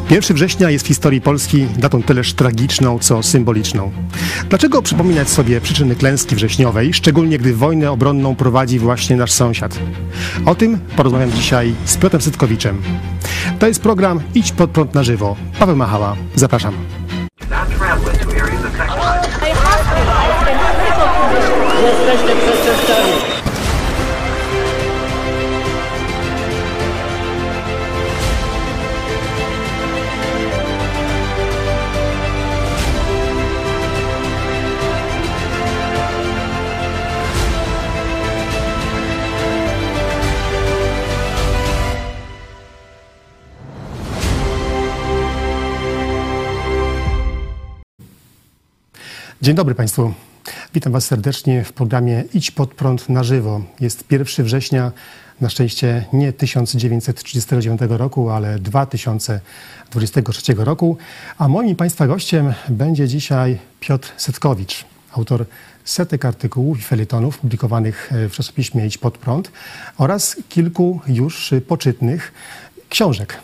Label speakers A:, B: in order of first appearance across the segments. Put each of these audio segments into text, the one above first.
A: 1 września jest w historii Polski datą tyleż tragiczną, co symboliczną. Dlaczego przypominać sobie przyczyny klęski wrześniowej, szczególnie gdy wojnę obronną prowadzi właśnie nasz sąsiad? O tym porozmawiam dzisiaj z Piotrem Sytkowiczem. To jest program Idź pod prąd na żywo. Paweł Machała, zapraszam.
B: Jesteście przestępcami.
A: Dzień dobry Państwu. Witam Was serdecznie w programie Idź pod prąd na żywo. Jest 1 września, na szczęście nie 1939 roku, ale 2023 roku. A moim i Państwa gościem będzie dzisiaj Piotr Sytkowicz, autor setek artykułów i felietonów publikowanych w czasopiśmie Idź pod prąd oraz kilku już poczytnych książek.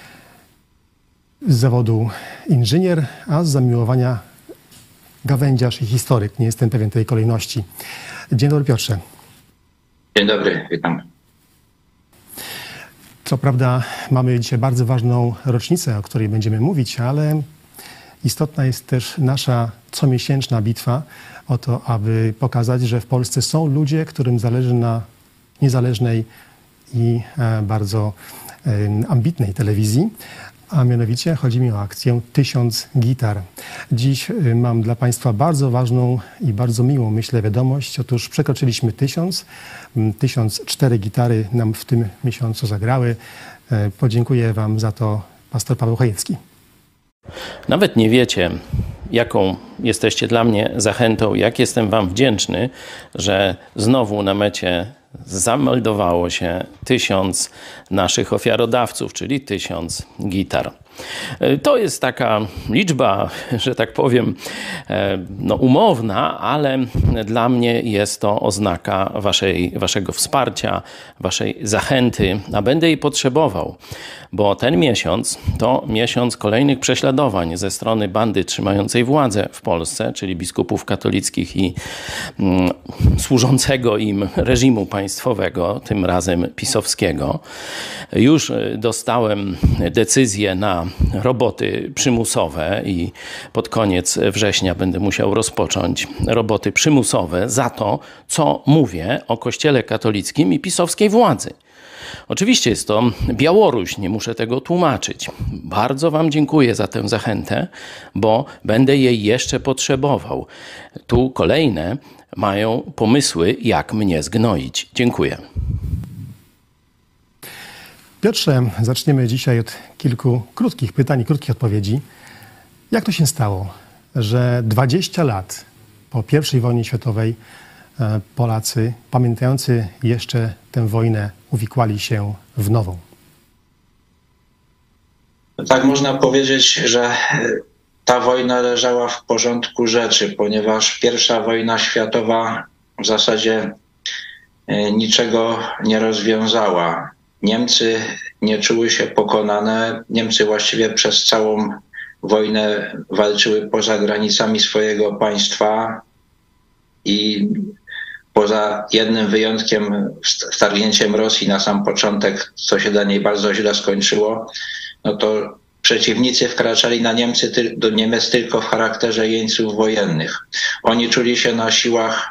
A: Z zawodu inżynier, a z zamiłowania gawędziarz i historyk. Nie jestem pewien tej kolejności. Dzień dobry, Piotrze.
C: Dzień dobry, witam.
A: Co prawda mamy dzisiaj bardzo ważną rocznicę, o której będziemy mówić, ale istotna jest też nasza comiesięczna bitwa o to, aby pokazać, że w Polsce są ludzie, którym zależy na niezależnej i bardzo ambitnej telewizji. A mianowicie chodzi mi o akcję 1000 gitar. Dziś mam dla Państwa bardzo ważną i bardzo miłą, myślę, wiadomość. Otóż przekroczyliśmy 1000. 1004 gitary nam w tym miesiącu zagrały. Podziękuję Wam za to pastor Paweł Chojecki.
B: Nawet nie wiecie, jaką jesteście dla mnie zachętą, jak jestem Wam wdzięczny, że znowu na mecie zameldowało się 1000 naszych ofiarodawców, czyli 1000 gitar. To jest taka liczba, że tak powiem, umowna, ale dla mnie jest to oznaka waszego wsparcia, waszej zachęty, a będę jej potrzebował, bo ten miesiąc to miesiąc kolejnych prześladowań ze strony bandy trzymającej władzę w Polsce, czyli biskupów katolickich i służącego im reżimu państwowego, tym razem pisowskiego. Już dostałem decyzję na roboty przymusowe i pod koniec września będę musiał rozpocząć roboty przymusowe za to, co mówię o Kościele katolickim i pisowskiej władzy. Oczywiście jest to Białoruś, nie muszę tego tłumaczyć. Bardzo Wam dziękuję za tę zachętę, bo będę jej jeszcze potrzebował. Tu kolejne mają pomysły, jak mnie zgnoić. Dziękuję.
A: Piotrze, zaczniemy dzisiaj od kilku krótkich pytań i krótkich odpowiedzi. Jak to się stało, że 20 lat po I wojnie światowej Polacy, pamiętający jeszcze tę wojnę, uwikłali się w nową?
C: Tak można powiedzieć, że ta wojna leżała w porządku rzeczy, ponieważ I wojna światowa w zasadzie niczego nie rozwiązała. Niemcy nie czuły się pokonane. Niemcy właściwie przez całą wojnę walczyły poza granicami swojego państwa i poza jednym wyjątkiem, wtargnięciem Rosji na sam początek, co się dla niej bardzo źle skończyło, no to przeciwnicy wkraczali do Niemiec tylko w charakterze jeńców wojennych. Oni czuli się na siłach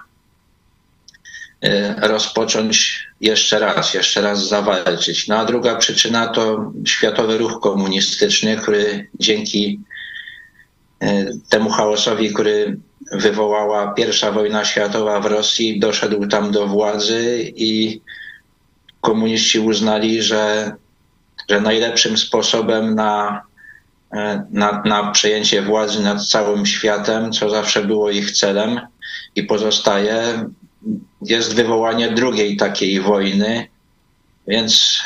C: rozpocząć jeszcze raz zawalczyć. No a druga przyczyna to światowy ruch komunistyczny, który dzięki temu chaosowi, który wywołała I wojna światowa w Rosji, doszedł tam do władzy i komuniści uznali, że najlepszym sposobem na przejęcie władzy nad całym światem, co zawsze było ich celem i pozostaje, jest wywołanie drugiej takiej wojny, więc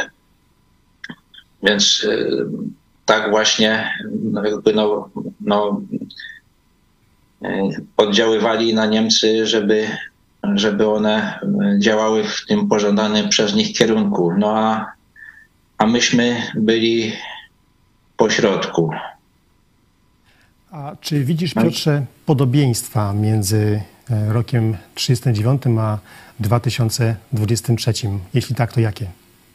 C: tak właśnie oddziaływali na Niemcy, żeby one działały w tym pożądanym przez nich kierunku. No a myśmy byli pośrodku.
A: A czy widzisz, Piotrze, podobieństwa między rokiem 1939 a 2023? Jeśli tak, to jakie?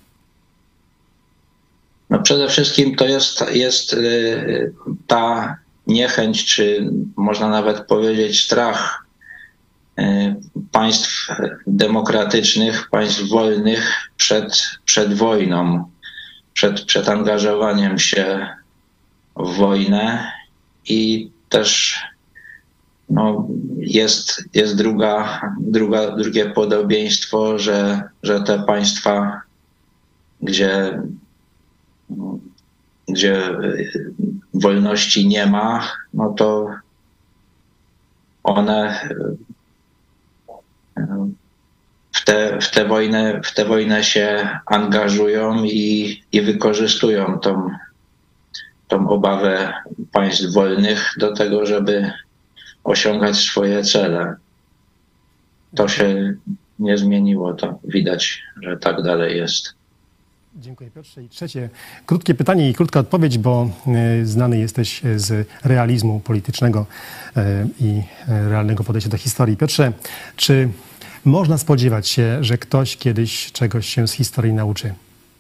C: No przede wszystkim to jest ta niechęć, czy można nawet powiedzieć strach państw demokratycznych, państw wolnych przed wojną, przed angażowaniem się w wojnę i też no, jest drugie podobieństwo, że te państwa, gdzie wolności nie ma, no to one w tę wojnę się angażują i wykorzystują tą obawę państw wolnych do tego, żeby osiągać swoje cele. To się nie zmieniło, to widać, że tak dalej jest.
A: Dziękuję, Piotrze. I trzecie, krótkie pytanie i krótka odpowiedź, bo znany jesteś z realizmu politycznego i realnego podejścia do historii. Piotrze, czy można spodziewać się, że ktoś kiedyś czegoś się z historii nauczy?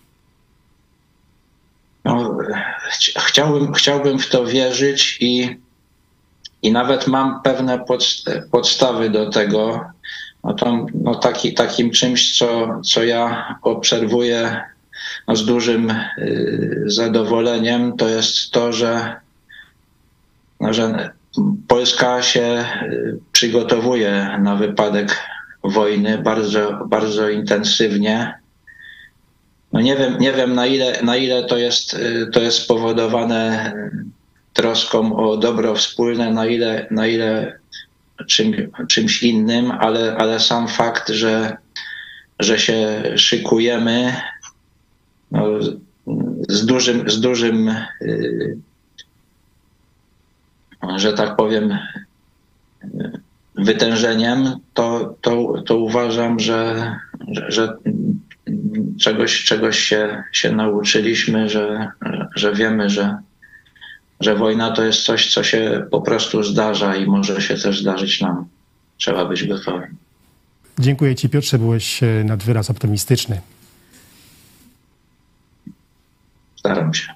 C: No, chciałbym w to wierzyć i nawet mam pewne podstawy do tego. Takim czymś, co ja obserwuję z dużym zadowoleniem, to jest to, że Polska się przygotowuje na wypadek wojny bardzo, bardzo intensywnie. No nie wiem na ile to jest spowodowane troską o dobro wspólne, na ile czymś innym, ale sam fakt, że się szykujemy no, z dużym, że tak powiem, wytężeniem, to uważam, że czegoś się nauczyliśmy, że wiemy, że wojna to jest coś, co się po prostu zdarza i może się też zdarzyć nam. Trzeba być gotowym.
A: Dziękuję Ci, Piotrze, byłeś nad wyraz optymistyczny.
C: Staram się.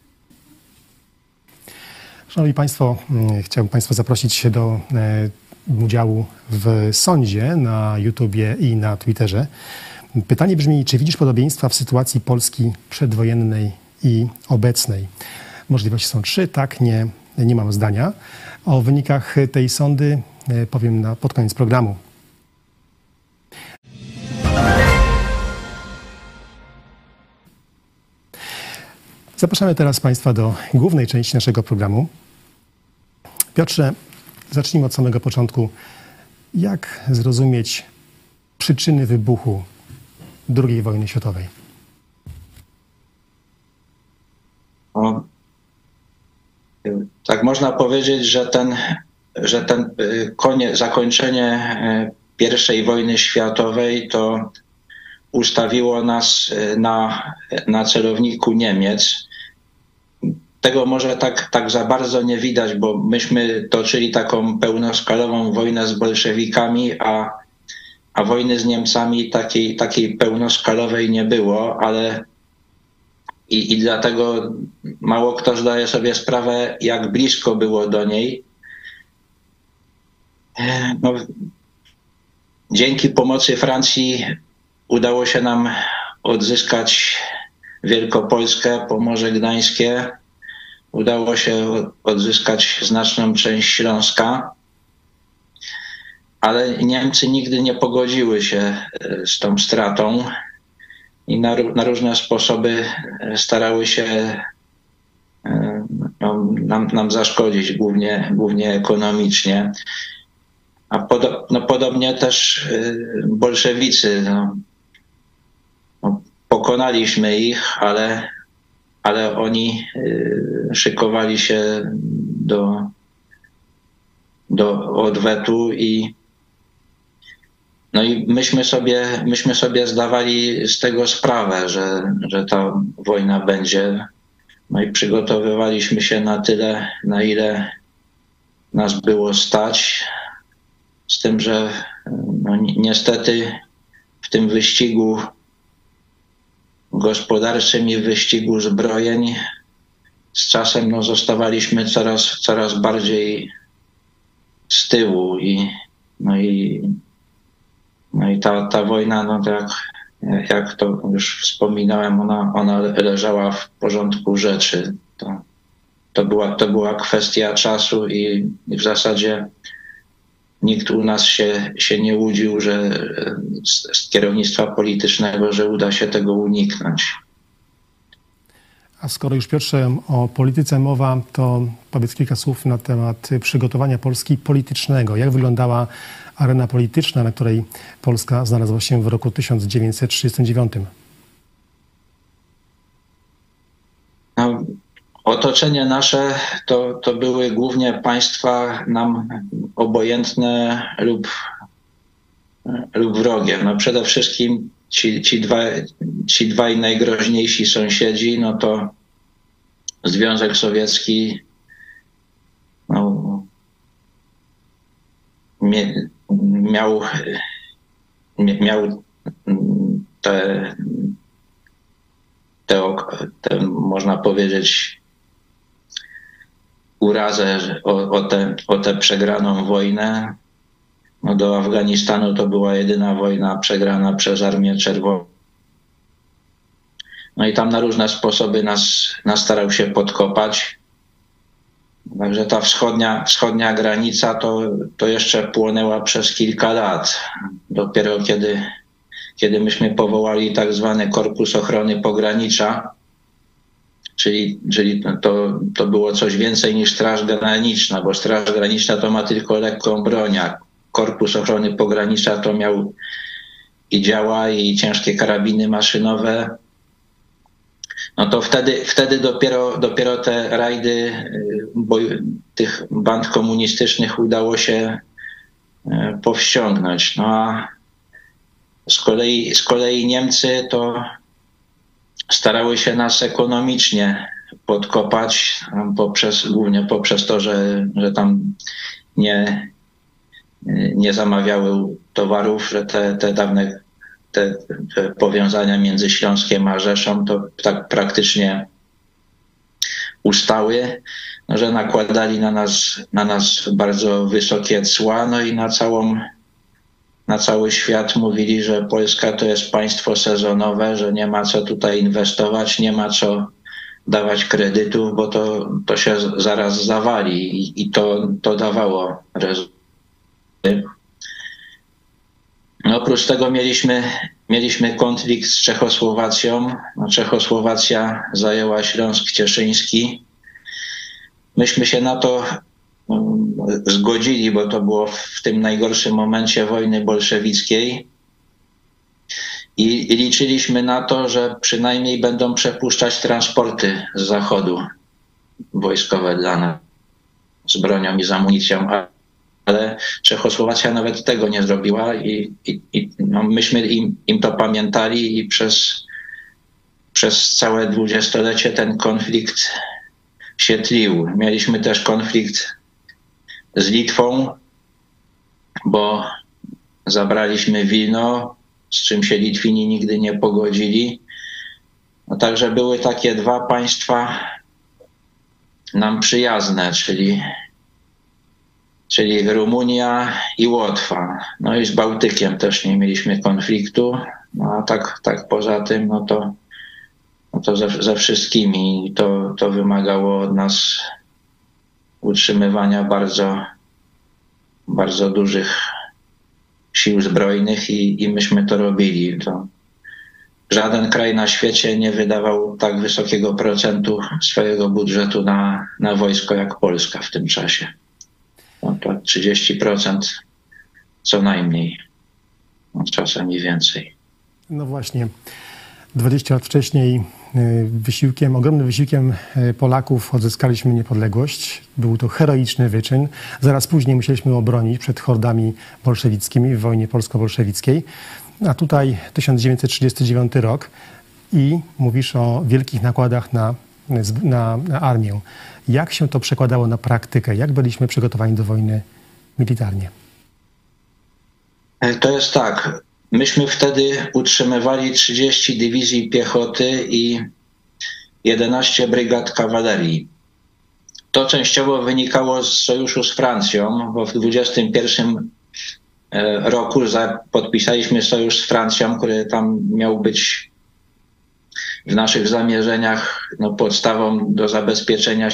A: Szanowni Państwo, chciałbym Państwa zaprosić do udziału w sądzie na YouTubie i na Twitterze. Pytanie brzmi, czy widzisz podobieństwa w sytuacji Polski przedwojennej i obecnej? Możliwości są 3, tak, nie mam zdania. O wynikach tej sądy powiem pod koniec programu. Zapraszamy teraz Państwa do głównej części naszego programu. Piotrze, zacznijmy od samego początku. Jak zrozumieć przyczyny wybuchu II wojny światowej?
C: Tak można powiedzieć, że zakończenie I wojny światowej to ustawiło nas na celowniku Niemiec. Tego może tak za bardzo nie widać, bo myśmy toczyli taką pełnoskalową wojnę z bolszewikami, a wojny z Niemcami takiej pełnoskalowej nie było, ale i dlatego mało kto zdaje sobie sprawę, jak blisko było do niej. No, dzięki pomocy Francji udało się nam odzyskać Wielkopolskę, Pomorze Gdańskie. Udało się odzyskać znaczną część Śląska, ale Niemcy nigdy nie pogodziły się z tą stratą i na różne sposoby starały się nam zaszkodzić, głównie ekonomicznie. A podobnie też bolszewicy. Pokonaliśmy ich, ale oni szykowali się do odwetu i myśmy sobie zdawali z tego sprawę, że ta wojna będzie No i przygotowywaliśmy się na tyle, na ile nas było stać. Z tym, że no, niestety w tym wyścigu gospodarczym i wyścigu zbrojeń z czasem no, zostawaliśmy coraz bardziej z tyłu no i ta wojna, no to jak to już wspominałem, ona leżała w porządku rzeczy. To była kwestia czasu i w zasadzie nikt u nas się nie łudził, że z kierownictwa politycznego, że uda się tego uniknąć.
A: A skoro już, Piotrze, o polityce mowa, to powiedz kilka słów na temat przygotowania Polski politycznego. Jak wyglądała arena polityczna, na której Polska znalazła się w roku 1939?
C: No, otoczenie nasze to były głównie państwa nam obojętne lub wrogie. No przede wszystkim ci dwaj najgroźniejsi sąsiedzi, no to Związek Sowiecki no, miał te można powiedzieć urazę o tę przegraną wojnę. No do Afganistanu to była jedyna wojna przegrana przez Armię Czerwoną. No i tam na różne sposoby nas starał się podkopać. Także ta wschodnia granica to jeszcze płonęła przez kilka lat. Dopiero kiedy myśmy powołali tak zwany Korpus Ochrony Pogranicza, czyli to było coś więcej niż Straż Graniczna, bo Straż Graniczna to ma tylko lekką broń, a Korpus Ochrony Pogranicza to miał i działa, i ciężkie karabiny maszynowe. No to wtedy dopiero te rajdy tych band komunistycznych udało się powściągnąć. No a z kolei Niemcy to starały się nas ekonomicznie podkopać, głównie poprzez to, że tam nie zamawiały towarów, że te dawne te powiązania między Śląskiem a Rzeszą to tak praktycznie ustały, no, że nakładali na nas bardzo wysokie cła, no i na cały świat mówili, że Polska to jest państwo sezonowe, że nie ma co tutaj inwestować, nie ma co dawać kredytów, bo to się zaraz zawali i to dawało rezultaty. No, oprócz tego mieliśmy konflikt z Czechosłowacją. No, Czechosłowacja zajęła Śląsk Cieszyński. Myśmy się na to zgodzili, bo to było w tym najgorszym momencie wojny bolszewickiej i liczyliśmy na to, że przynajmniej będą przepuszczać transporty z zachodu wojskowe dla nas z bronią i z amunicją, ale Czechosłowacja nawet tego nie zrobiła i no, myśmy im to pamiętali i przez całe dwudziestolecie ten konflikt się tlił. Mieliśmy też konflikt z Litwą, bo zabraliśmy Wilno, z czym się Litwini nigdy nie pogodzili. No, także były takie dwa państwa nam przyjazne, czyli Rumunia i Łotwa. No i z Bałtykiem też nie mieliśmy konfliktu, no a tak poza tym, no to ze wszystkimi to wymagało od nas utrzymywania bardzo, bardzo dużych sił zbrojnych i myśmy to robili. Żaden kraj na świecie nie wydawał tak wysokiego procentu swojego budżetu na wojsko jak Polska w tym czasie. No to 30% co najmniej, no czasami więcej.
A: No właśnie, 20 lat wcześniej ogromnym wysiłkiem Polaków odzyskaliśmy niepodległość. Był to heroiczny wyczyn. Zaraz później musieliśmy obronić przed hordami bolszewickimi w wojnie polsko-bolszewickiej. A tutaj 1939 rok i mówisz o wielkich nakładach na na armię. Jak się to przekładało na praktykę? Jak byliśmy przygotowani do wojny militarnie?
C: To jest tak. Myśmy wtedy utrzymywali 30 dywizji piechoty i 11 brygad kawalerii. To częściowo wynikało z sojuszu z Francją, bo w 21 roku podpisaliśmy sojusz z Francją, który tam miał być w naszych zamierzeniach podstawą do zabezpieczenia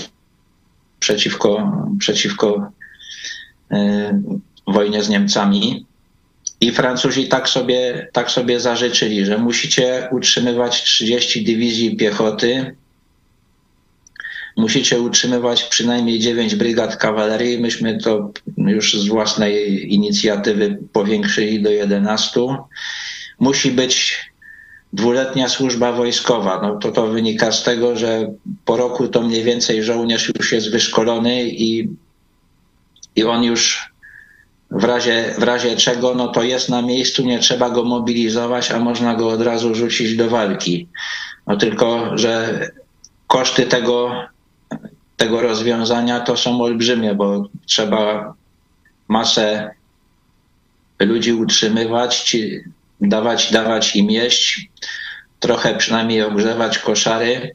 C: przeciwko wojnie z Niemcami. I Francuzi tak sobie zażyczyli, że musicie utrzymywać 30 dywizji piechoty, musicie utrzymywać przynajmniej 9 brygad kawalerii. Myśmy to już z własnej inicjatywy powiększyli do 11. Musi być 2-letnia służba wojskowa. To wynika z tego, że po roku to mniej więcej żołnierz już jest wyszkolony i on już w razie czego, to jest na miejscu, nie trzeba go mobilizować, a można go od razu rzucić do walki. Tylko że koszty tego rozwiązania to są olbrzymie, bo trzeba masę ludzi utrzymywać, dawać im jeść, trochę przynajmniej ogrzewać koszary,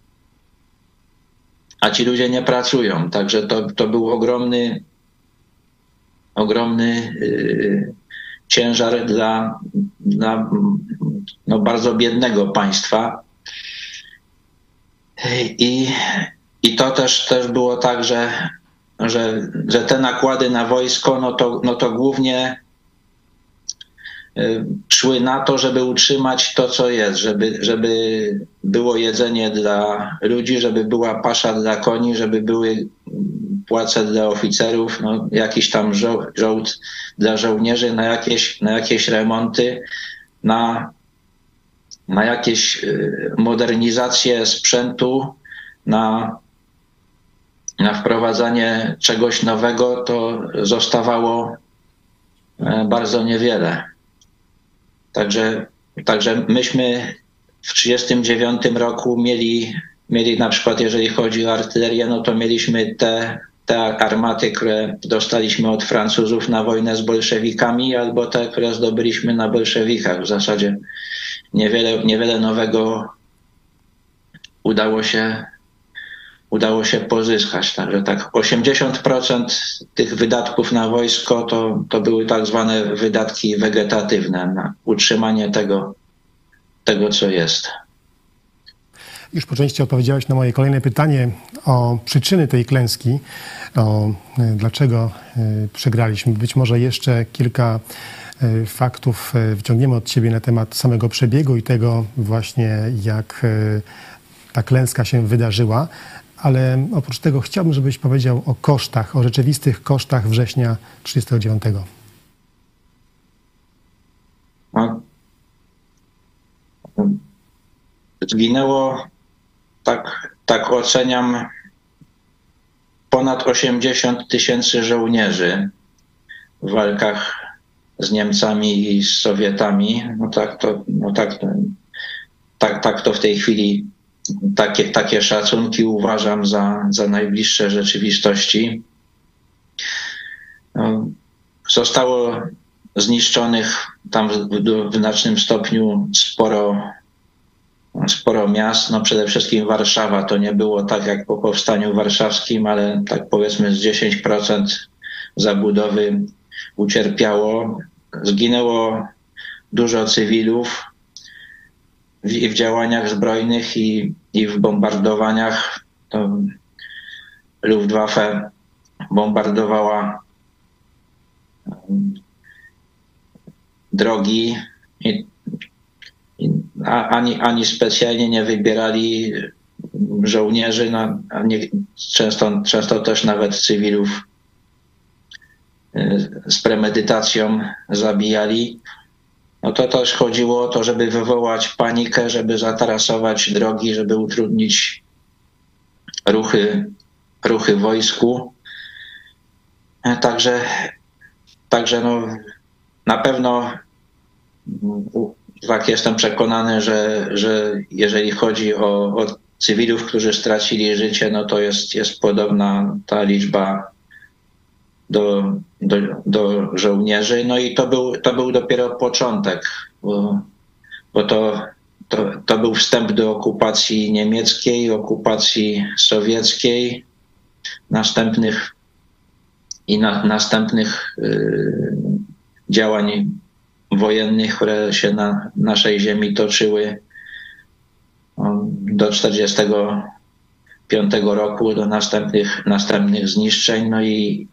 C: a ci ludzie nie pracują. Także to był ogromny ciężar dla bardzo biednego państwa. I to też było tak, że te nakłady na wojsko, to głównie szły na to, żeby utrzymać to, co jest, żeby było jedzenie dla ludzi, żeby była pasza dla koni, żeby były płace dla oficerów, jakiś tam żołd dla żołnierzy, na jakieś remonty, na jakieś modernizację sprzętu, na wprowadzanie czegoś nowego, to zostawało bardzo niewiele. Także myśmy w 1939 roku mieli na przykład, jeżeli chodzi o artylerię, to mieliśmy te armaty, które dostaliśmy od Francuzów na wojnę z bolszewikami, albo te, które zdobyliśmy na bolszewikach. W zasadzie niewiele nowego udało się pozyskać. Także tak 80% tych wydatków na wojsko to były tak zwane wydatki wegetatywne na utrzymanie tego co jest.
A: Już po części odpowiedziałeś na moje kolejne pytanie o przyczyny tej klęski, dlaczego przegraliśmy. Być może jeszcze kilka faktów wyciągniemy od ciebie na temat samego przebiegu i tego właśnie, jak ta klęska się wydarzyła. Ale oprócz tego chciałbym, żebyś powiedział o kosztach, o rzeczywistych kosztach września 1939.
C: Zginęło, tak oceniam, ponad 80 000 żołnierzy w walkach z Niemcami i z Sowietami. Tak to w tej chwili, takie szacunki uważam za najbliższe rzeczywistości. Zostało zniszczonych tam w znacznym stopniu sporo miast. Przede wszystkim Warszawa. To nie było tak jak po powstaniu warszawskim, ale tak powiedzmy z 10% zabudowy ucierpiało. Zginęło dużo cywilów i w działaniach zbrojnych i w bombardowaniach. To Luftwaffe bombardowała drogi ani specjalnie nie wybierali żołnierzy, często też nawet cywilów z premedytacją zabijali. To też chodziło o to, żeby wywołać panikę, żeby zatarasować drogi, żeby utrudnić ruchy wojsku. Także na pewno tak jestem przekonany, że jeżeli chodzi o cywilów, którzy stracili życie, no to jest podobna ta liczba do żołnierzy. No i to był dopiero początek, bo to był wstęp do okupacji niemieckiej, okupacji sowieckiej, następnych działań wojennych, które się na naszej ziemi toczyły do 1945 roku, do następnych zniszczeń, no i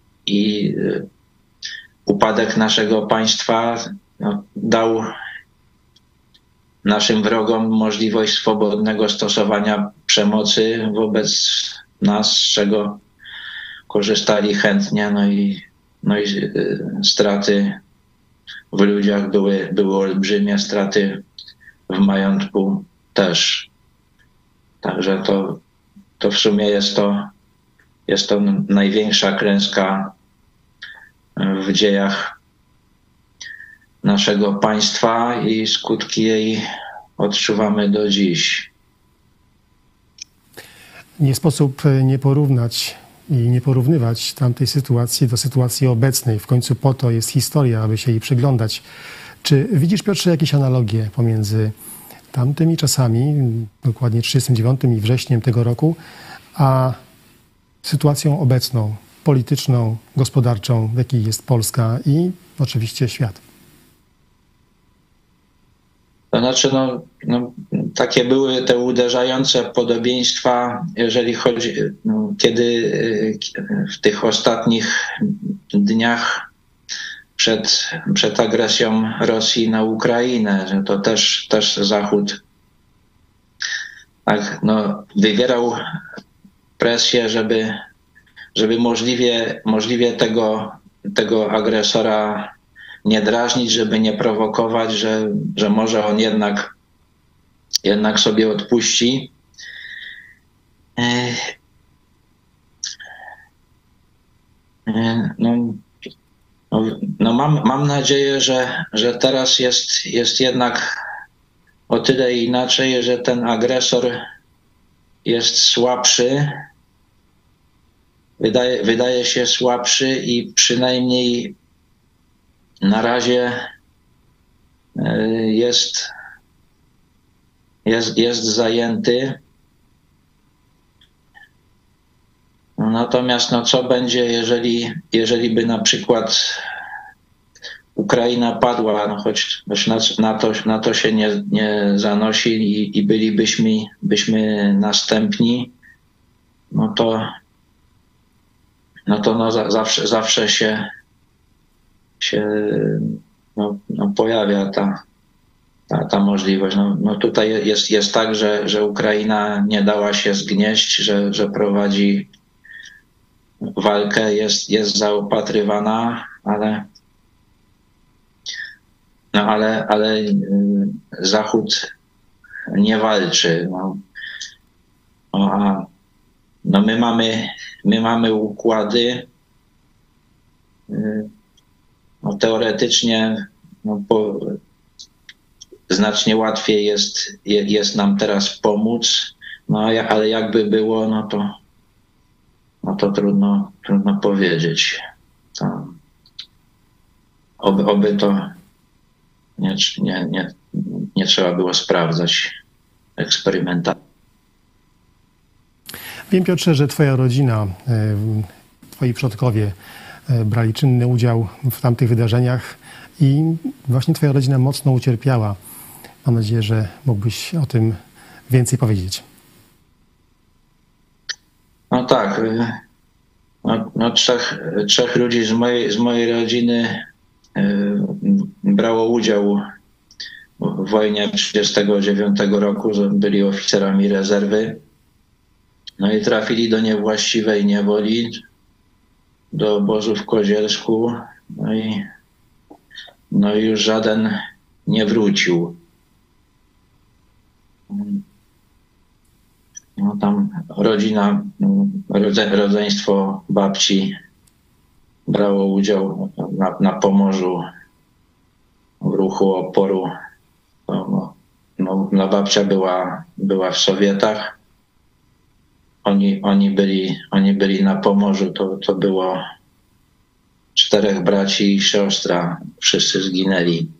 C: upadek naszego państwa dał naszym wrogom możliwość swobodnego stosowania przemocy wobec nas, z czego korzystali chętnie, no i straty w ludziach były olbrzymie, straty w majątku też. Także to w sumie jest to największa klęska w dziejach naszego państwa i skutki jej odczuwamy do dziś.
A: Nie sposób nie porównać i nie porównywać tamtej sytuacji do sytuacji obecnej. W końcu po to jest historia, aby się jej przyglądać. Czy widzisz, Piotrze, jakieś analogie pomiędzy tamtymi czasami, dokładnie 1939 i wrześniem tego roku, a sytuacją obecną, polityczną, gospodarczą, w jakiej jest Polska i oczywiście świat?
C: To znaczy, takie były te uderzające podobieństwa, jeżeli chodzi, kiedy w tych ostatnich dniach przed agresją Rosji na Ukrainę, że to też Zachód tak, wywierał presję, żeby możliwie tego agresora nie drażnić, żeby nie prowokować, że może on jednak sobie odpuści. Mam nadzieję, że teraz jest jednak o tyle inaczej, że ten agresor jest słabszy, wydaje się słabszy i przynajmniej na razie jest zajęty. Natomiast co będzie, jeżeli by na przykład Ukraina padła, choć na to się nie zanosi i bylibyśmy następni, zawsze się pojawia ta możliwość. Tutaj jest tak, że Ukraina nie dała się zgnieść, że prowadzi walkę, jest zaopatrywana, ale Zachód nie walczy. My mamy układy. Teoretycznie znacznie łatwiej jest nam teraz pomóc, ale jakby było, to trudno powiedzieć. Oby to nie trzeba było sprawdzać eksperymentalnie.
A: Wiem, Piotrze, że twoja rodzina, twoi przodkowie brali czynny udział w tamtych wydarzeniach i właśnie twoja rodzina mocno ucierpiała. Mam nadzieję, że mógłbyś o tym więcej powiedzieć.
C: Tak. Trzech ludzi z mojej rodziny brało udział w wojnie 1939 roku, byli oficerami rezerwy. I trafili do niewłaściwej niewoli, do obozu w Kozielsku, i już żaden nie wrócił. Tam rodzina, rodzeństwo babci brało udział na Pomorzu w ruchu oporu. Babcia była w Sowietach, oni byli na Pomorzu, to było 4 braci i siostra, wszyscy zginęli.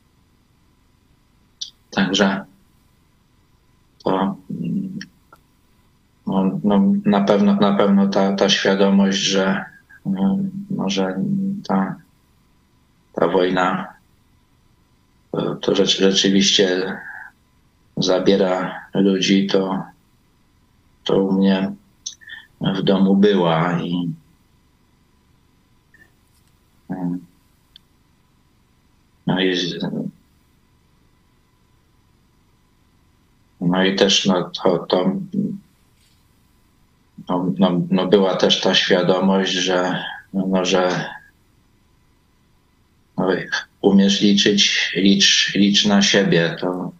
C: Także to na pewno ta świadomość, że może ta wojna to rzeczywiście zabiera ludzi, to u mnie w domu była no i też była też ta świadomość, że umiesz liczyć, licz na siebie. To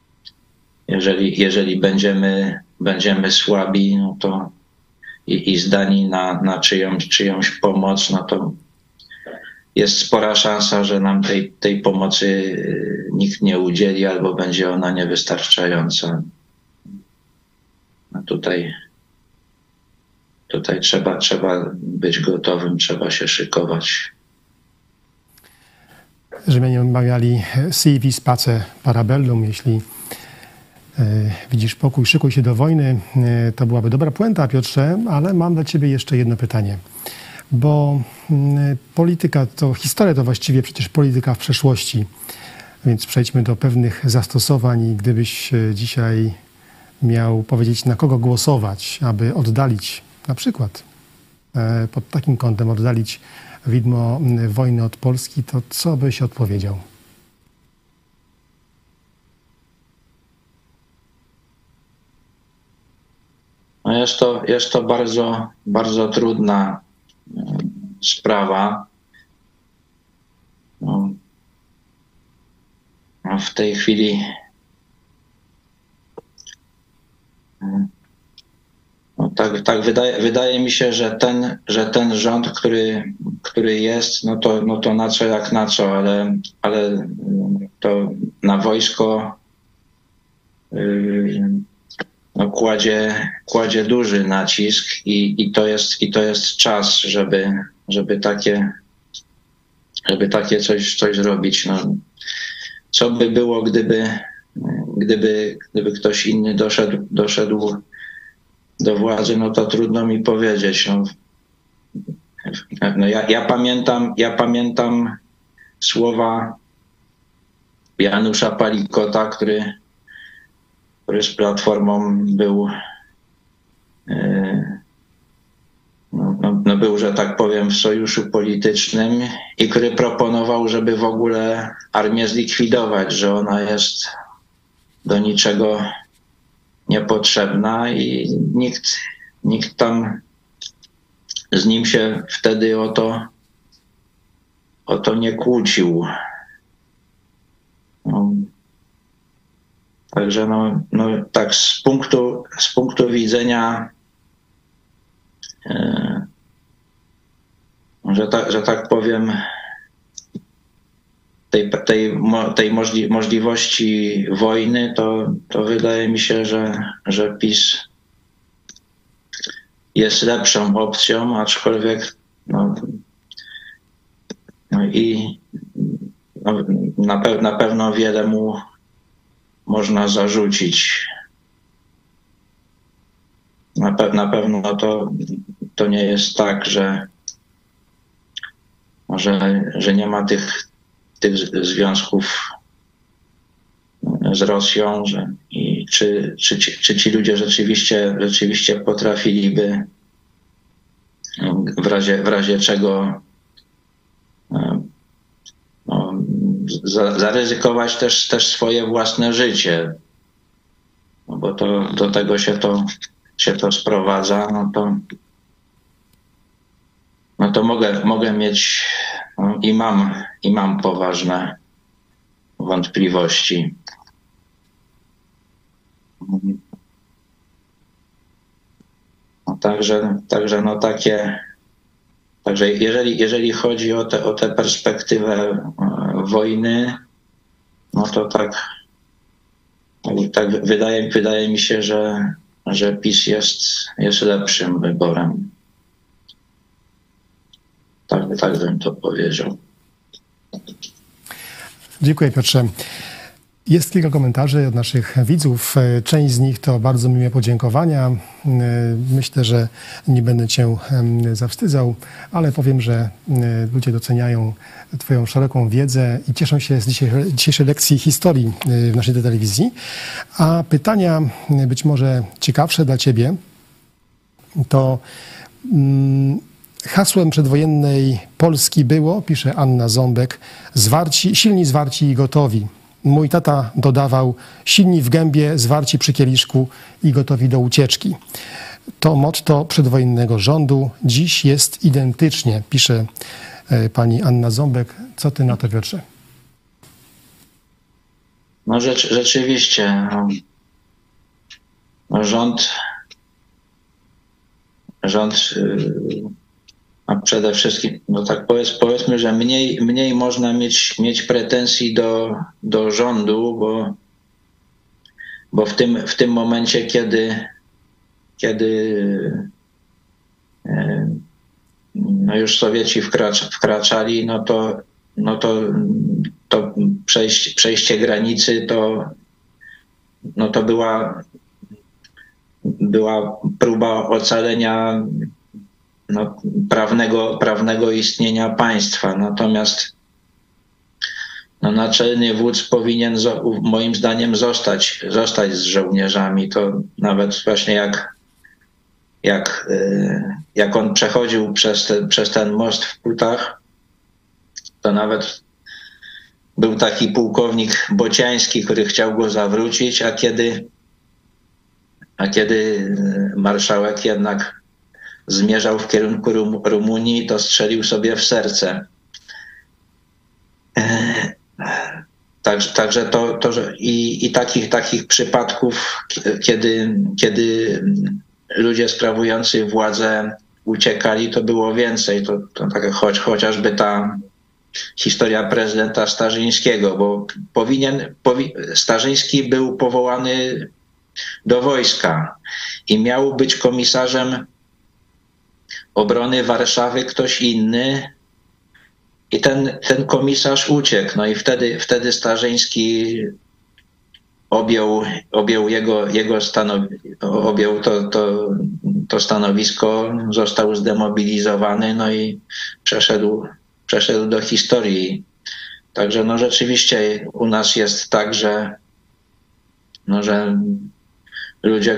C: jeżeli będziemy słabi, no to i zdani na czyjąś pomoc, no to jest spora szansa, że nam tej pomocy nikt nie udzieli albo będzie ona niewystarczająca. A tutaj trzeba być gotowym, trzeba się szykować.
A: Rzymianie mawiali si vis pace parabellum, jeśli widzisz pokój, szykuj się do wojny. To byłaby dobra puenta, Piotrze, ale mam dla ciebie jeszcze jedno pytanie. Bo polityka, historia to właściwie przecież polityka w przeszłości. Więc przejdźmy do pewnych zastosowań i gdybyś dzisiaj miał powiedzieć, na kogo głosować, aby oddalić, na przykład pod takim kątem oddalić widmo wojny od Polski, to co byś odpowiedział?
C: No jest to bardzo, bardzo trudna sprawa. No, w tej chwili tak wydaje mi się, że ten rząd, który jest, no to na co jak na co, ale to na wojsko no kładzie duży nacisk i to jest czas, żeby takie coś zrobić. No, co by było, gdyby ktoś inny doszedł do władzy, no to trudno mi powiedzieć. No ja pamiętam słowa Janusza Palikota, który z Platformą był, był, że tak powiem, w sojuszu politycznym i który proponował, żeby w ogóle armię zlikwidować, że ona jest do niczego niepotrzebna i nikt tam z nim się wtedy o to nie kłócił. Także tak z punktu widzenia, że tak powiem, tej możliwości wojny, to wydaje mi się, że PiS jest lepszą opcją, aczkolwiek na pewno wiele mu można zarzucić. Na pewno to nie jest tak, że nie ma tych związków z Rosją, czy ci ludzie rzeczywiście potrafiliby w razie czego zaryzykować też swoje własne życie, bo do tego się to sprowadza, no to mogę mieć i mam poważne wątpliwości. Także jeżeli chodzi o tę perspektywę wojny, no to tak wydaje mi się, że PiS jest lepszym wyborem. Tak bym to powiedział.
A: Dziękuję, Piotrze. Jest kilka komentarzy od naszych widzów. Część z nich to bardzo miłe podziękowania. Myślę, że nie będę cię zawstydzał, ale powiem, że ludzie doceniają twoją szeroką wiedzę i cieszą się z dzisiejszej lekcji historii w naszej telewizji. A pytania być może ciekawsze dla ciebie to hasłem przedwojennej Polski było, pisze Anna Ząbek, silni, zwarci i gotowi. Mój tata dodawał, silni w gębie, zwarci przy kieliszku i gotowi do ucieczki. To motto przedwojennego rządu dziś jest identycznie, pisze pani Anna Ząbek. Co ty na to, Piotrze?
C: No rzeczywiście, no rząd, a przede wszystkim, no tak powiedzmy, że mniej można mieć pretensji do rządu, bo w tym momencie, kiedy no już Sowieci wkraczali, no to przejście granicy to była próba ocalenia prawnego istnienia państwa. Natomiast naczelny wódz powinien moim zdaniem zostać z żołnierzami. To nawet właśnie jak on przechodził przez ten most w Kutach, to nawet był taki pułkownik Bociański, który chciał go zawrócić, a kiedy marszałek jednak zmierzał w kierunku Rumunii, to strzelił sobie w serce. Także to że i takich przypadków, kiedy ludzie sprawujący władzę uciekali, to było więcej. To tak chociażby ta historia prezydenta Starzyńskiego, bo Starzyński był powołany do wojska i miał być komisarzem obrony Warszawy ktoś inny i ten komisarz uciekł. No i wtedy Starzyński objął to stanowisko, został zdemobilizowany, no i przeszedł do historii. Także no rzeczywiście u nas jest tak, że ludzie,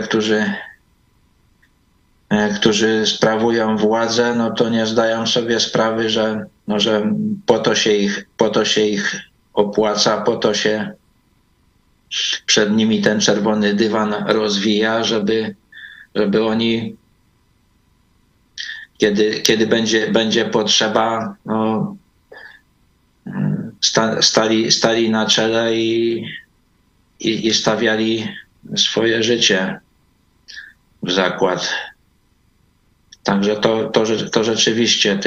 C: którzy sprawują władzę, no to nie zdają sobie sprawy, że po to się ich opłaca, po to się przed nimi ten czerwony dywan rozwija, żeby oni, kiedy będzie potrzeba, no, stali na czele i stawiali swoje życie w zakład. Także to rzeczywiście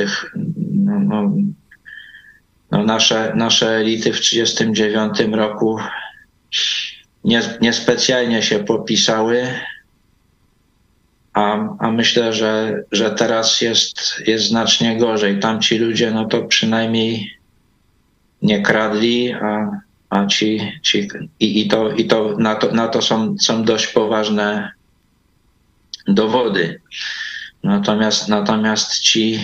C: nasze elity w 1939 roku niespecjalnie się popisały, a myślę, że teraz jest znacznie gorzej. Tamci ludzie, no to przynajmniej nie kradli, a ci na to są dość poważne dowody. Natomiast ci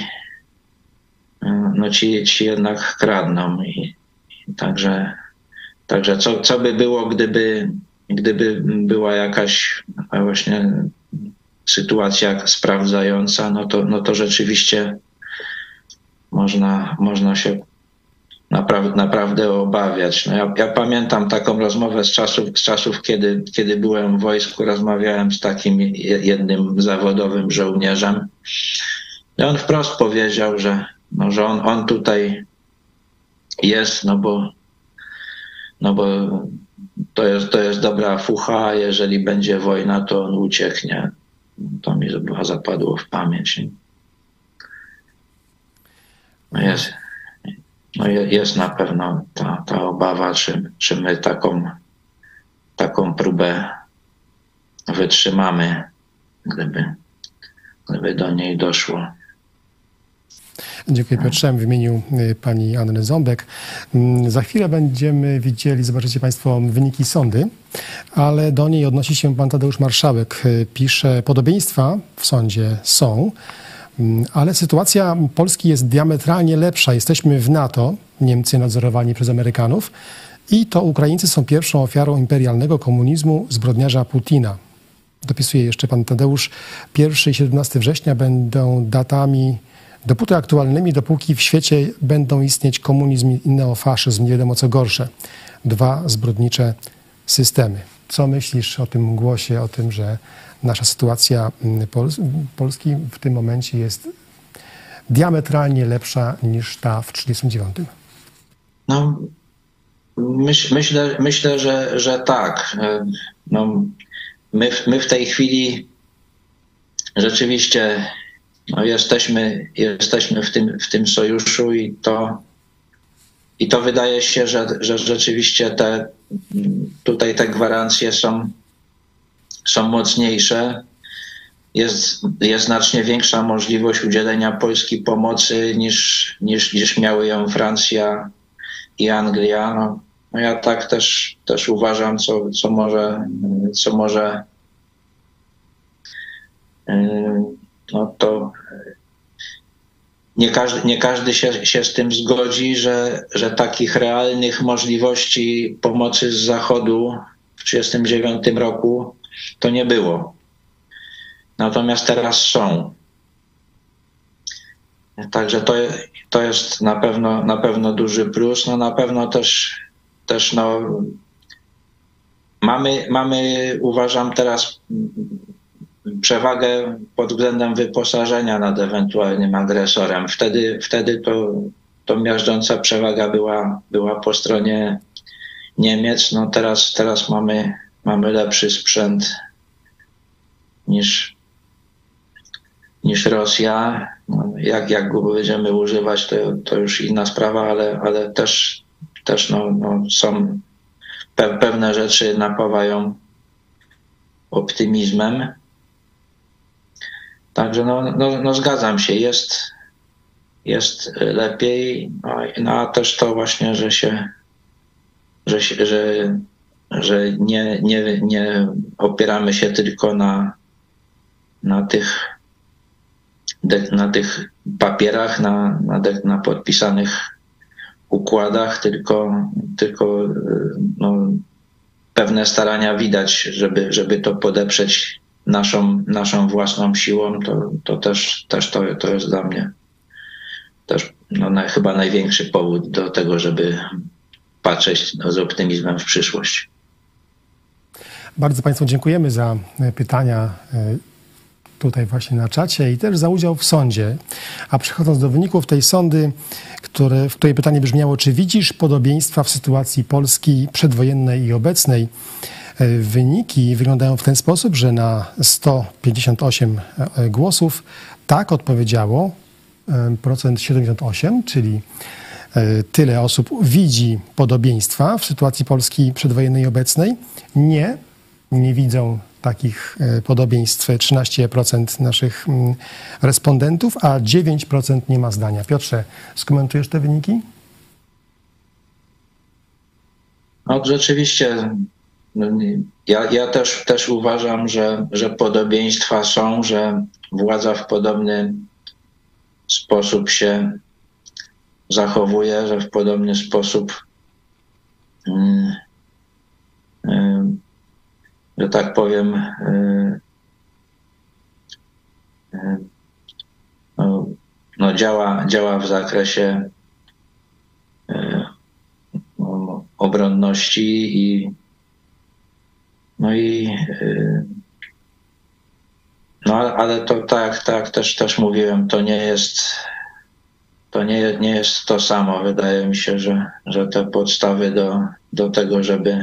C: jednak kradną. I także co by było, gdyby była jakaś właśnie sytuacja sprawdzająca, no to rzeczywiście można się naprawdę obawiać. No ja pamiętam taką rozmowę z czasów, kiedy byłem w wojsku, rozmawiałem z takim jednym zawodowym żołnierzem. I on wprost powiedział, że on tutaj jest, no bo to jest dobra fucha, a jeżeli będzie wojna, to on ucieknie. To mi chyba zapadło w pamięć. Jest na pewno ta obawa, czy my taką próbę wytrzymamy, gdyby do niej doszło.
A: Dziękuję, Piotrze. W imieniu pani Anny Ząbek. Za chwilę będziemy widzieli, zobaczycie państwo wyniki sądy, ale do niej odnosi się pan Tadeusz Marszałek. Pisze, podobieństwa w sądzie są, ale sytuacja Polski jest diametralnie lepsza. Jesteśmy w NATO, Niemcy nadzorowani przez Amerykanów, i to Ukraińcy są pierwszą ofiarą imperialnego komunizmu zbrodniarza Putina. Dopisuje jeszcze pan Tadeusz, 1 i 17 września będą datami dopóty aktualnymi, dopóki w świecie będą istnieć komunizm i neofaszyzm, nie wiadomo co gorsze. 2 zbrodnicze systemy. Co myślisz o tym głosie, o tym, że nasza sytuacja Polski w tym momencie jest diametralnie lepsza niż ta w 1939?
C: No, myślę, że tak. No, my w tej chwili rzeczywiście jesteśmy w tym sojuszu i to wydaje się, że rzeczywiście tutaj te gwarancje są mocniejsze. Jest znacznie większa możliwość udzielenia Polski pomocy niż miały ją Francja i Anglia. No ja tak też uważam, co może no to nie każdy się z tym zgodzi, że takich realnych możliwości pomocy z Zachodu w 1939 roku to nie było. Natomiast teraz są. Także to jest na pewno duży plus. No na pewno też no, mamy, uważam, teraz przewagę pod względem wyposażenia nad ewentualnym agresorem. Wtedy to miażdżąca przewaga była po stronie Niemiec. No teraz mamy lepszy sprzęt niż Rosja. No, jak go będziemy używać, to już inna sprawa, ale też no, są pewne rzeczy napawają optymizmem. Także no zgadzam się, jest lepiej, no a też to właśnie, że nie opieramy się tylko na tych papierach, na podpisanych układach, tylko no, pewne starania widać, żeby to podeprzeć naszą własną siłą, to też to jest dla mnie też no, chyba największy powód do tego, żeby patrzeć z optymizmem w przyszłość.
A: Bardzo państwu dziękujemy za pytania tutaj właśnie na czacie i też za udział w sądzie. A przechodząc do wyników tej sądy, w której pytanie brzmiało, czy widzisz podobieństwa w sytuacji Polski przedwojennej i obecnej? Wyniki wyglądają w ten sposób, że na 158 głosów tak odpowiedziało procent 78, czyli tyle osób widzi podobieństwa w sytuacji Polski przedwojennej i obecnej. Nie widzą takich podobieństw 13% naszych respondentów, a 9% nie ma zdania. Piotrze, skomentujesz te wyniki?
C: No rzeczywiście, ja też uważam, że podobieństwa są, że władza w podobny sposób się zachowuje, że w podobny sposób że tak powiem, no działa w zakresie obronności ale to tak też mówiłem, to nie jest to samo. Wydaje mi się, że te podstawy do tego,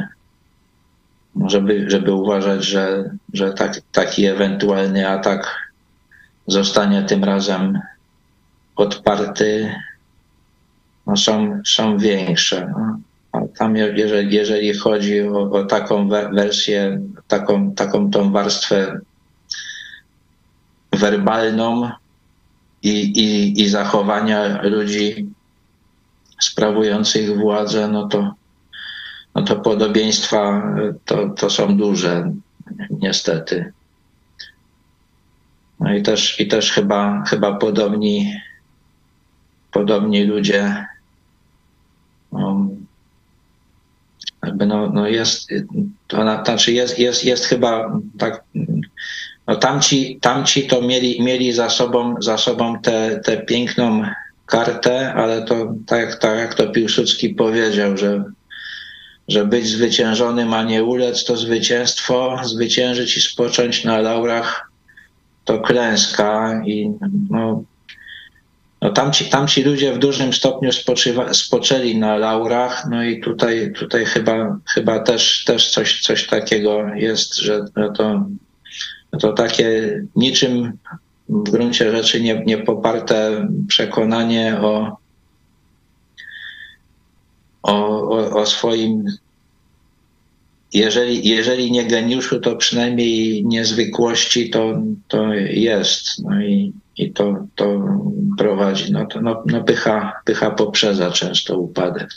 C: żeby uważać, że taki ewentualny atak zostanie tym razem odparty, no są większe. No. A tam jeżeli chodzi o taką wersję taką tą warstwę werbalną i zachowania ludzi sprawujących władzę, no to podobieństwa to są duże, niestety. No i też chyba podobni ludzie, jest chyba tak, no tamci to mieli za sobą tę piękną kartę, ale to tak jak to Piłsudski powiedział, że być zwyciężonym, a nie ulec, to zwycięstwo, zwyciężyć i spocząć na laurach to klęska. I tamci ludzie w dużym stopniu spoczęli na laurach, no i tutaj chyba też coś takiego jest, że to takie niczym w gruncie rzeczy nie poparte przekonanie o swoim, jeżeli nie geniuszu, to przynajmniej niezwykłości to jest. No i to prowadzi. Pycha poprzedza często upadek.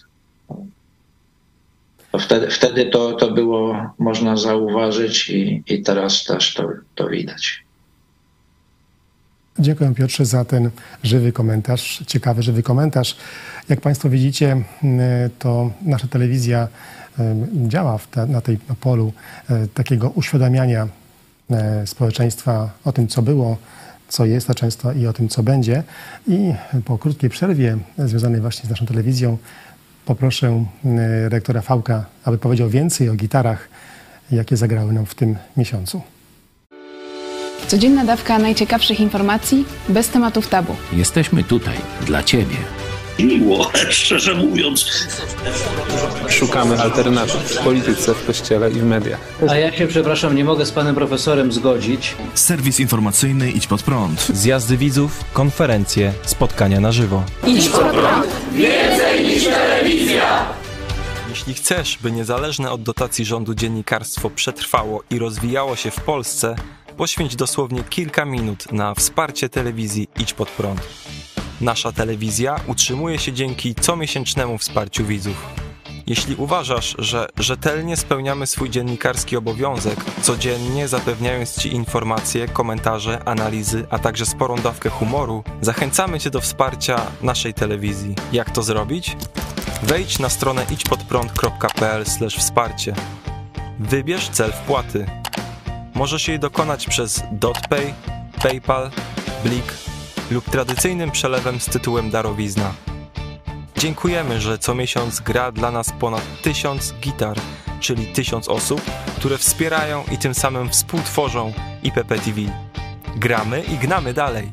C: Wtedy to było można zauważyć i teraz też to widać.
A: Dziękuję, Piotrze, za ten żywy komentarz, ciekawy, żywy komentarz. Jak Państwo widzicie, to nasza telewizja działa na tej polu takiego uświadamiania społeczeństwa o tym, co było, co jest, a często i o tym, co będzie. I po krótkiej przerwie związanej właśnie z naszą telewizją poproszę rektora Fałka, aby powiedział więcej o gitarach, jakie zagrały nam w tym miesiącu.
D: Codzienna dawka najciekawszych informacji, bez tematów tabu.
E: Jesteśmy tutaj dla Ciebie.
F: Miło, szczerze mówiąc.
G: Szukamy alternatyw w polityce, w kościele i w mediach.
H: A ja się, przepraszam, nie mogę z panem profesorem zgodzić.
I: Serwis informacyjny Idź Pod Prąd.
J: Zjazdy widzów, konferencje, spotkania na żywo.
K: Idź Pod Prąd! Więcej niż telewizja!
J: Jeśli chcesz, by niezależne od dotacji rządu dziennikarstwo przetrwało i rozwijało się w Polsce, poświęć dosłownie kilka minut na wsparcie telewizji Idź Pod Prąd. Nasza telewizja utrzymuje się dzięki comiesięcznemu wsparciu widzów. Jeśli uważasz, że rzetelnie spełniamy swój dziennikarski obowiązek, codziennie zapewniając Ci informacje, komentarze, analizy, a także sporą dawkę humoru, zachęcamy Cię do wsparcia naszej telewizji. Jak to zrobić? Wejdź na stronę idźpodprąd.pl/wsparcie. Wybierz cel wpłaty. Możesz jej dokonać przez DotPay, PayPal, Blik lub tradycyjnym przelewem z tytułem darowizna. Dziękujemy, że co miesiąc gra dla nas ponad 1000 gitar, czyli 1000 osób, które wspierają i tym samym współtworzą IPP TV. Gramy i gnamy dalej.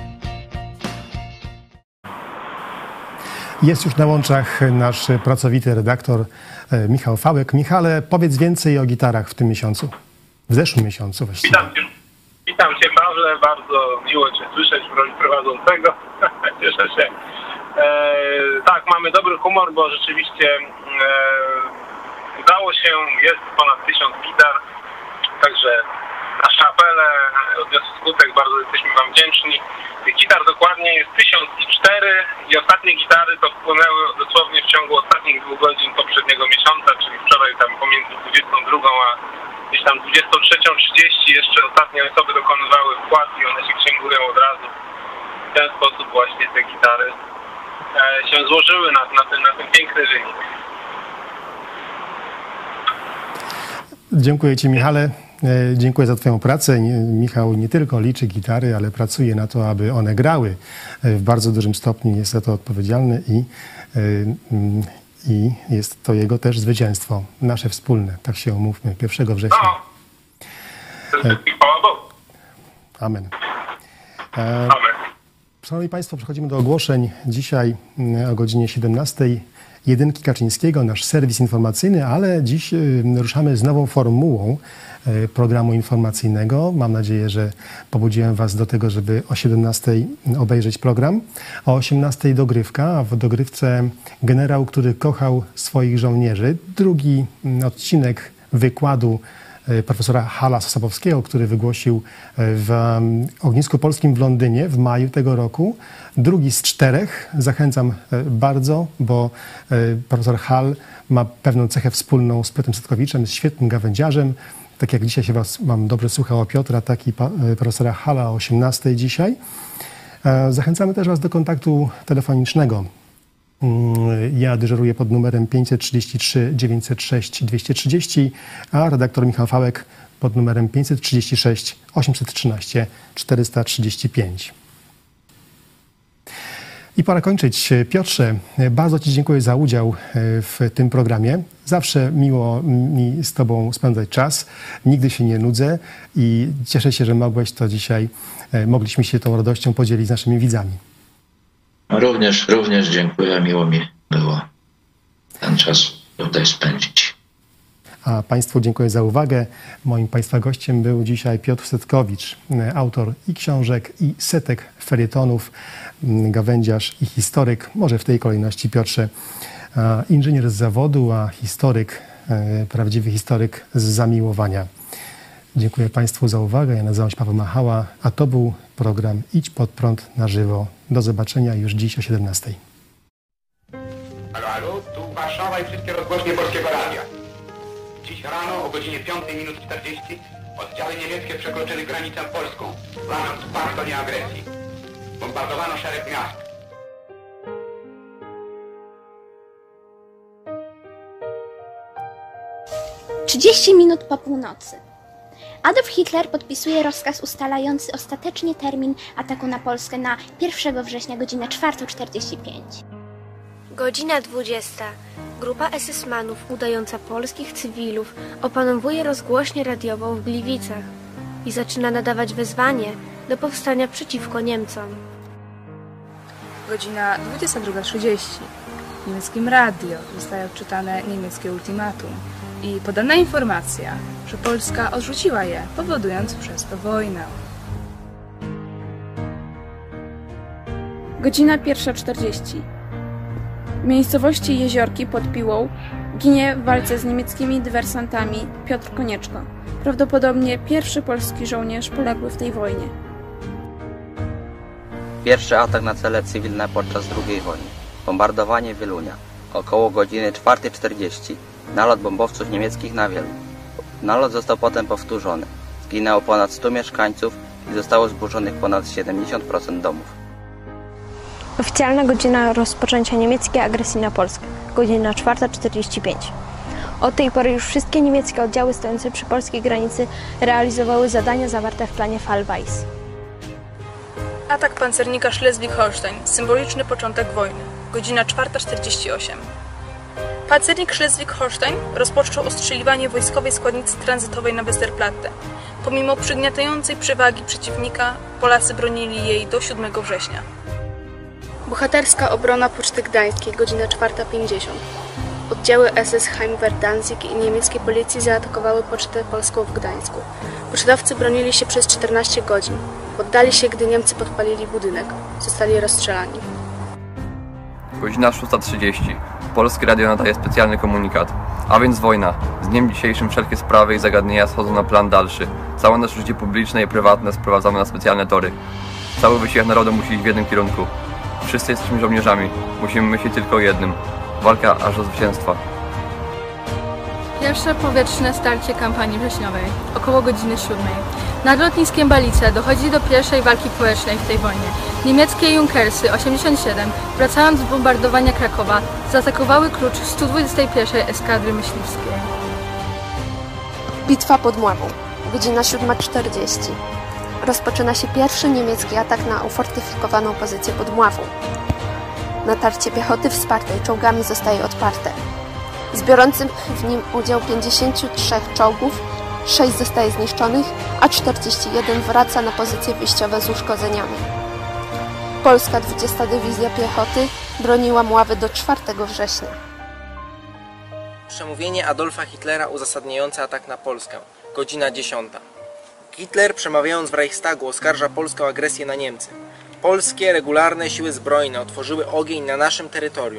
A: Jest już na łączach nasz pracowity redaktor Michał Fałek. Michale, powiedz więcej o gitarach w tym miesiącu. W zeszłym miesiącu właściwie.
L: Witam Cię, Pawle. Bardzo miło Cię słyszeć w roli prowadzącego. Cieszę się. Tak, mamy dobry humor, bo rzeczywiście udało się, jest ponad 1000 gitar, także nasze apele odniosły skutek, bardzo jesteśmy Wam wdzięczni. Tych gitar dokładnie jest 1004 i ostatnie gitary to wpłynęły dosłownie w ciągu ostatnich 2 godzin poprzedniego miesiąca, czyli wczoraj tam pomiędzy 22 a gdzieś tam 23:30 jeszcze ostatnie osoby dokonywały wpłat i one się księgują od razu. W ten sposób właśnie te gitary się złożyły na ten piękny wynik.
A: Dziękuję Ci, Michale. Dziękuję za Twoją pracę. Michał nie tylko liczy gitary, ale pracuje na to, aby one grały. W bardzo dużym stopniu jest za to odpowiedzialny i jest to jego też zwycięstwo. Nasze wspólne, tak się umówmy, 1 września. Amen.
L: Amen.
A: Szanowni Państwo, przechodzimy do ogłoszeń. Dzisiaj o godzinie 17 Jedynki Kaczyńskiego, nasz serwis informacyjny, ale dziś ruszamy z nową formułą programu informacyjnego. Mam nadzieję, że pobudziłem Was do tego, żeby o 17 obejrzeć program. O 18 dogrywka, a w dogrywce generał, który kochał swoich żołnierzy. Drugi odcinek wykładu profesora Halla Sosabowskiego, który wygłosił w Ognisku Polskim w Londynie w maju tego roku. Drugi z 4. Zachęcam bardzo, bo profesor Hall ma pewną cechę wspólną z Piotrem Setkowiczem, jest świetnym gawędziarzem. Tak jak dzisiaj się mam dobrze słuchało Piotra, tak i profesora Halla o 18 dzisiaj. Zachęcamy też Was do kontaktu telefonicznego. Ja dyżuruję pod numerem 533 906 230, a redaktor Michał Fałek pod numerem 536 813 435. I pora kończyć. Piotrze, bardzo Ci dziękuję za udział w tym programie. Zawsze miło mi z Tobą spędzać czas. Nigdy się nie nudzę i cieszę się, że mogliśmy się tą radością podzielić z naszymi widzami.
C: Również dziękuję. Miło mi było ten czas tutaj spędzić.
A: A Państwu dziękuję za uwagę. Moim Państwa gościem był dzisiaj Piotr Setkowicz, autor i książek, i setek felietonów, gawędziarz i historyk. Może w tej kolejności, Piotrze, inżynier z zawodu, a historyk, prawdziwy historyk z zamiłowania. Dziękuję Państwu za uwagę. Ja nazywam się Paweł Machała, a to był program Idź Pod Prąd na żywo. Do zobaczenia już dziś o 17:00.
M: Halo, tu Warszawa i wszystkie rozgłośnie Polskiego Radia. Dziś rano o godzinie 5:40 oddziały niemieckie przekroczyły granicę polską, łamiąc pakt o nieagresji. Bombardowano szereg miast.
N: "30 minut po północy. Adolf Hitler podpisuje rozkaz ustalający ostatecznie termin ataku na Polskę na 1 września, godzinę 4:45.
O: Godzina 20. Grupa SS-manów udająca polskich cywilów opanowuje rozgłośnię radiową w Gliwicach i zaczyna nadawać wezwanie do powstania przeciwko Niemcom.
P: Godzina 22:30. W niemieckim radio zostaje odczytane niemieckie ultimatum i podana informacja, że Polska odrzuciła je, powodując przez to wojnę.
D: Godzina 1:40. W miejscowości Jeziorki pod Piłą ginie w walce z niemieckimi dywersantami Piotr Konieczko, prawdopodobnie pierwszy polski żołnierz poległy w tej wojnie.
Q: Pierwszy atak na cele cywilne podczas II wojny. Bombardowanie Wielunia. Około godziny 4:40. Nalot bombowców niemieckich na Wieluń. Nalot został potem powtórzony. Zginęło ponad 100 mieszkańców i zostało zburzonych ponad 70% domów.
O: Oficjalna godzina rozpoczęcia niemieckiej agresji na Polskę. Godzina 4:45. Od tej pory już wszystkie niemieckie oddziały stojące przy polskiej granicy realizowały zadania zawarte w planie Fallweiss.
P: Atak pancernika Schleswig-Holstein. Symboliczny początek wojny. Godzina 4:48. Pancernik Schleswig-Holstein rozpoczął ostrzeliwanie wojskowej składnicy tranzytowej na Westerplatte. Pomimo przygniatającej przewagi przeciwnika, Polacy bronili jej do 7 września.
R: Bohaterska obrona Poczty Gdańskiej, godzina 4:50. Oddziały SS Heimwehr-Danzig i niemieckiej policji zaatakowały Pocztę Polską w Gdańsku. Pocztowcy bronili się przez 14 godzin. Poddali się, gdy Niemcy podpalili budynek. Zostali rozstrzelani.
S: Godzina 6:30. Polskie Radio nadaje specjalny komunikat. A więc wojna. Z dniem dzisiejszym wszelkie sprawy i zagadnienia schodzą na plan dalszy. Całe nasze życie publiczne i prywatne sprowadzamy na specjalne tory. Cały wysiłek narodu musi iść w jednym kierunku. Wszyscy jesteśmy żołnierzami. Musimy myśleć tylko o jednym. Walka aż do zwycięstwa.
P: Pierwsze powietrzne starcie kampanii wrześniowej. Około godziny 7. Nad lotniskiem Balice dochodzi do pierwszej walki społecznej w tej wojnie. Niemieckie Junkersy 87, wracając z bombardowania Krakowa, zaatakowały klucz 121 Eskadry Myśliwskiej.
R: Bitwa pod Mławą. Godzina 7:40. Rozpoczyna się pierwszy niemiecki atak na ufortyfikowaną pozycję pod Mławą. Natarcie piechoty wspartej czołgami zostaje odparte. Z biorących w nim udział 53 czołgów, 6 zostaje zniszczonych, a 41 wraca na pozycje wyjściowe z uszkodzeniami. Polska 20. Dywizja Piechoty broniła Mławy do 4 września.
T: Przemówienie Adolfa Hitlera uzasadniające atak na Polskę. Godzina 10. Hitler, przemawiając w Reichstagu, oskarża Polskę o agresję na Niemcy. Polskie regularne siły zbrojne otworzyły ogień na naszym terytorium.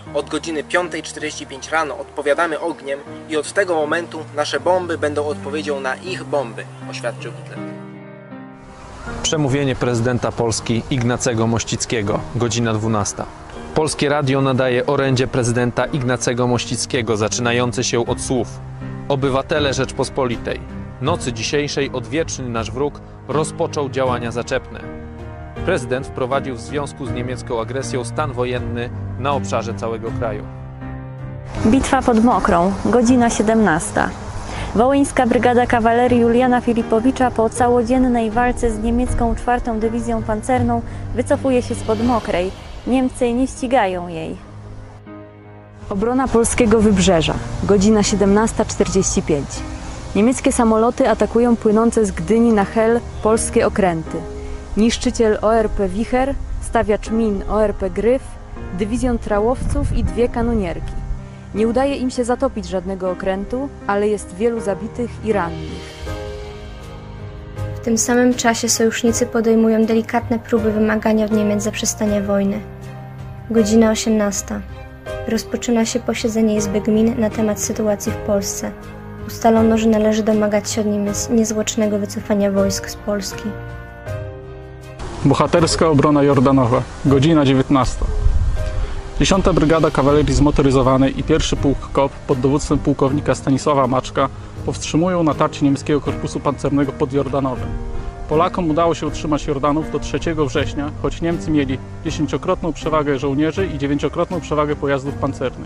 T: Od godziny 5:45 rano odpowiadamy ogniem i od tego momentu nasze bomby będą odpowiedzią na ich bomby, oświadczył Hitler.
G: Przemówienie prezydenta Polski Ignacego Mościckiego, godzina 12. Polskie Radio nadaje orędzie prezydenta Ignacego Mościckiego, zaczynające się od słów: Obywatele Rzeczpospolitej, nocy dzisiejszej odwieczny nasz wróg rozpoczął działania zaczepne. Prezydent wprowadził w związku z niemiecką agresją stan wojenny na obszarze całego kraju.
U: Bitwa pod Mokrą, godzina 17. Wołyńska Brygada Kawalerii Juliana Filipowicza po całodziennej walce z niemiecką 4. Dywizją Pancerną wycofuje się spod Mokrej. Niemcy nie ścigają jej.
V: Obrona polskiego wybrzeża, godzina 17:45. Niemieckie samoloty atakują płynące z Gdyni na Hel polskie okręty. Niszczyciel ORP Wicher, stawiacz min ORP Gryf, dywizjon trałowców i 2 kanonierki. Nie udaje im się zatopić żadnego okrętu, ale jest wielu zabitych i rannych.
N: W tym samym czasie sojusznicy podejmują delikatne próby wymagania od Niemiec zaprzestania wojny. Godzina 18. Rozpoczyna się posiedzenie Izby Gmin na temat sytuacji w Polsce. Ustalono, że należy domagać się od Niemiec niezwłocznego wycofania wojsk z Polski.
W: Bohaterska obrona Jordanowa, godzina 19. 10. Brygada Kawalerii Zmotoryzowanej i 1. Pułk KOP pod dowództwem pułkownika Stanisława Maczka powstrzymują natarcie niemieckiego korpusu pancernego pod Jordanowem. Polakom udało się utrzymać Jordanów do 3 września, choć Niemcy mieli 10-krotną przewagę żołnierzy i 9-krotną przewagę pojazdów pancernych.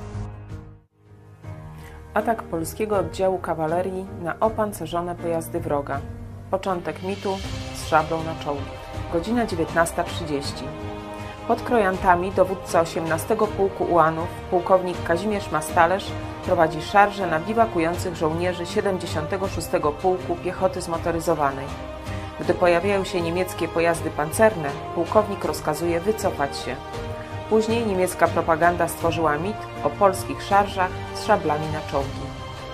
X: Atak polskiego oddziału kawalerii na opancerzone pojazdy wroga. Początek mitu z szablą na czołgu. Godzina 19:30. Pod Krojantami dowódca 18 Pułku Ułanów, pułkownik Kazimierz Mastalerz, prowadzi szarże na biwakujących żołnierzy 76 Pułku Piechoty Zmotoryzowanej. Gdy pojawiają się niemieckie pojazdy pancerne, pułkownik rozkazuje wycofać się. Później niemiecka propaganda stworzyła mit o polskich szarżach z szablami na czołgi.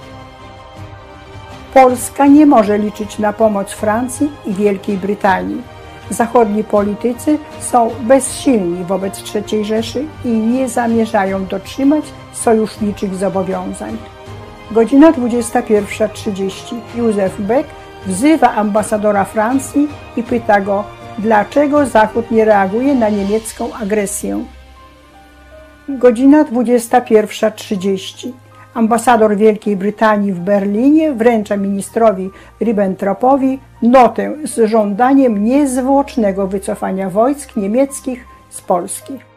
Y: Polska nie może liczyć na pomoc Francji i Wielkiej Brytanii. Zachodni politycy są bezsilni wobec III Rzeszy i nie zamierzają dotrzymać sojuszniczych zobowiązań. Godzina 21:30. Józef Beck wzywa ambasadora Francji i pyta go, dlaczego Zachód nie reaguje na niemiecką agresję. Godzina 21:30. Ambasador Wielkiej Brytanii w Berlinie wręcza ministrowi Ribbentropowi notę z żądaniem niezwłocznego wycofania wojsk niemieckich z Polski.